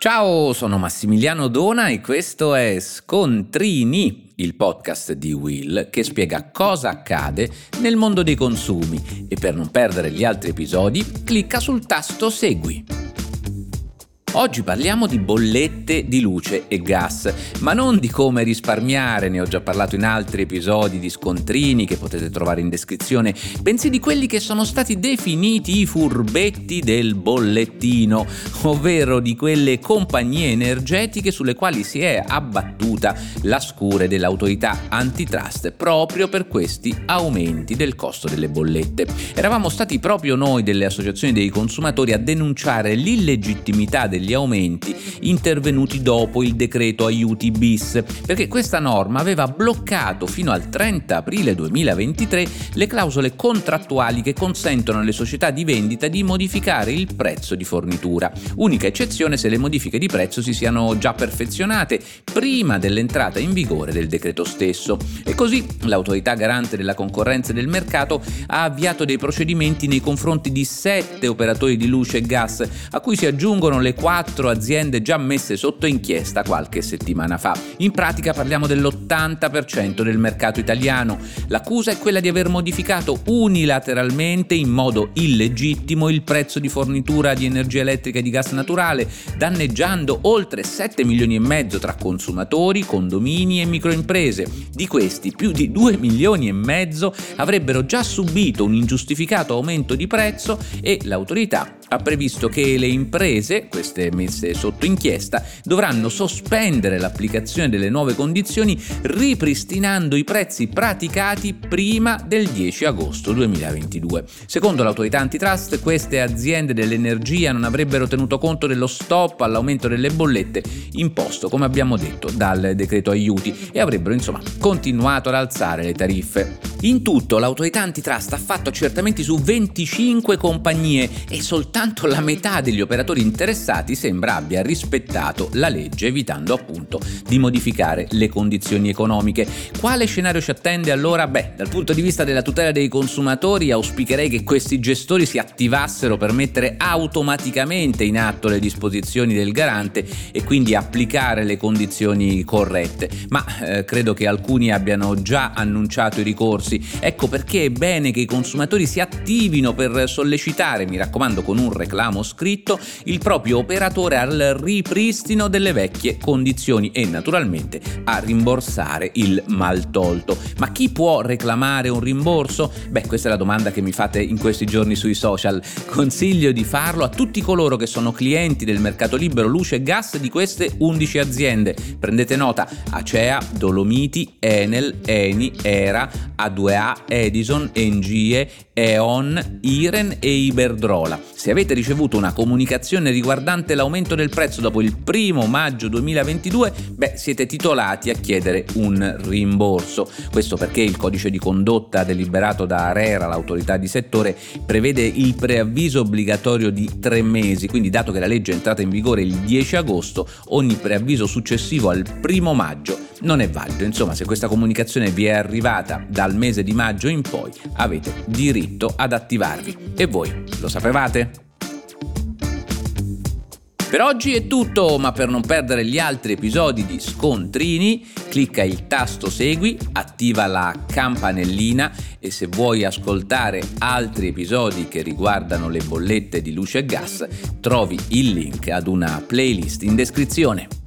Ciao, sono Massimiliano Dona e questo è Scontrini, il podcast di Will che spiega cosa accade nel mondo dei consumi e per non perdere gli altri episodi clicca sul tasto Segui. Oggi parliamo di bollette di luce e gas, ma non di come risparmiare, ne ho già parlato in altri episodi di Scontrini che potete trovare in descrizione, bensì di quelli che sono stati definiti i furbetti del bollettino, ovvero di quelle compagnie energetiche sulle quali si è abbattuta la scure dell'autorità antitrust proprio per questi aumenti del costo delle bollette. Eravamo stati proprio noi delle associazioni dei consumatori a denunciare l'illegittimità degli aumenti intervenuti dopo il decreto aiuti bis, perché questa norma aveva bloccato fino al 30 aprile 2023 le clausole contrattuali che consentono alle società di vendita di modificare il prezzo di fornitura, unica eccezione se le modifiche di prezzo si siano già perfezionate prima dell'entrata in vigore del decreto stesso. E così l'autorità garante della concorrenza e del mercato ha avviato dei procedimenti nei confronti di 7 operatori di luce e gas, a cui si aggiungono le 4 aziende già messe sotto inchiesta qualche settimana fa. In pratica parliamo dell'80% del mercato italiano. L'accusa è quella di aver modificato unilateralmente in modo illegittimo il prezzo di fornitura di energia elettrica e di gas naturale, danneggiando oltre 7 milioni e mezzo tra consumatori, condomini e microimprese. Di questi più di 2 milioni e mezzo avrebbero già subito un ingiustificato aumento di prezzo e l'autorità ha previsto che le imprese, queste messe sotto inchiesta, dovranno sospendere l'applicazione delle nuove condizioni ripristinando i prezzi praticati prima del 10 agosto 2022. Secondo l'autorità antitrust, queste aziende dell'energia non avrebbero tenuto conto dello stop all'aumento delle bollette imposto, come abbiamo detto, dal decreto aiuti e avrebbero continuato ad alzare le tariffe. In tutto l'autorità antitrust ha fatto accertamenti su 25 compagnie e soltanto la metà degli operatori interessati sembra abbia rispettato la legge, evitando appunto di modificare le condizioni economiche. Quale scenario ci attende allora? Dal punto di vista della tutela dei consumatori auspicherei che questi gestori si attivassero per mettere automaticamente in atto le disposizioni del garante e quindi applicare le condizioni corrette, ma credo che alcuni abbiano già annunciato i ricorsi. Ecco perché è bene che i consumatori si attivino per sollecitare, mi raccomando con un reclamo scritto, il proprio operatore al ripristino delle vecchie condizioni e naturalmente a rimborsare il maltolto. Ma chi può reclamare un rimborso? Questa è la domanda che mi fate in questi giorni sui social. Consiglio di farlo a tutti coloro che sono clienti del mercato libero luce e gas di queste 11 aziende. Prendete nota: Acea, Dolomiti, Enel, Eni, Era, A2A, Edison, Engie, E.ON, Iren e Iberdrola. Se avete ricevuto una comunicazione riguardante l'aumento del prezzo dopo il 1 maggio 2022, siete titolati a chiedere un rimborso. Questo perché il codice di condotta deliberato da ARERA, l'autorità di settore, prevede il preavviso obbligatorio di 3 mesi, quindi dato che la legge è entrata in vigore il 10 agosto, ogni preavviso successivo al 1 maggio non è valido. Insomma, se questa comunicazione vi è arrivata dal mese di maggio in poi, avete diritto ad attivarvi. E voi lo sapevate? Per oggi è tutto, ma per non perdere gli altri episodi di Scontrini, clicca il tasto Segui, attiva la campanellina e se vuoi ascoltare altri episodi che riguardano le bollette di luce e gas, trovi il link ad una playlist in descrizione.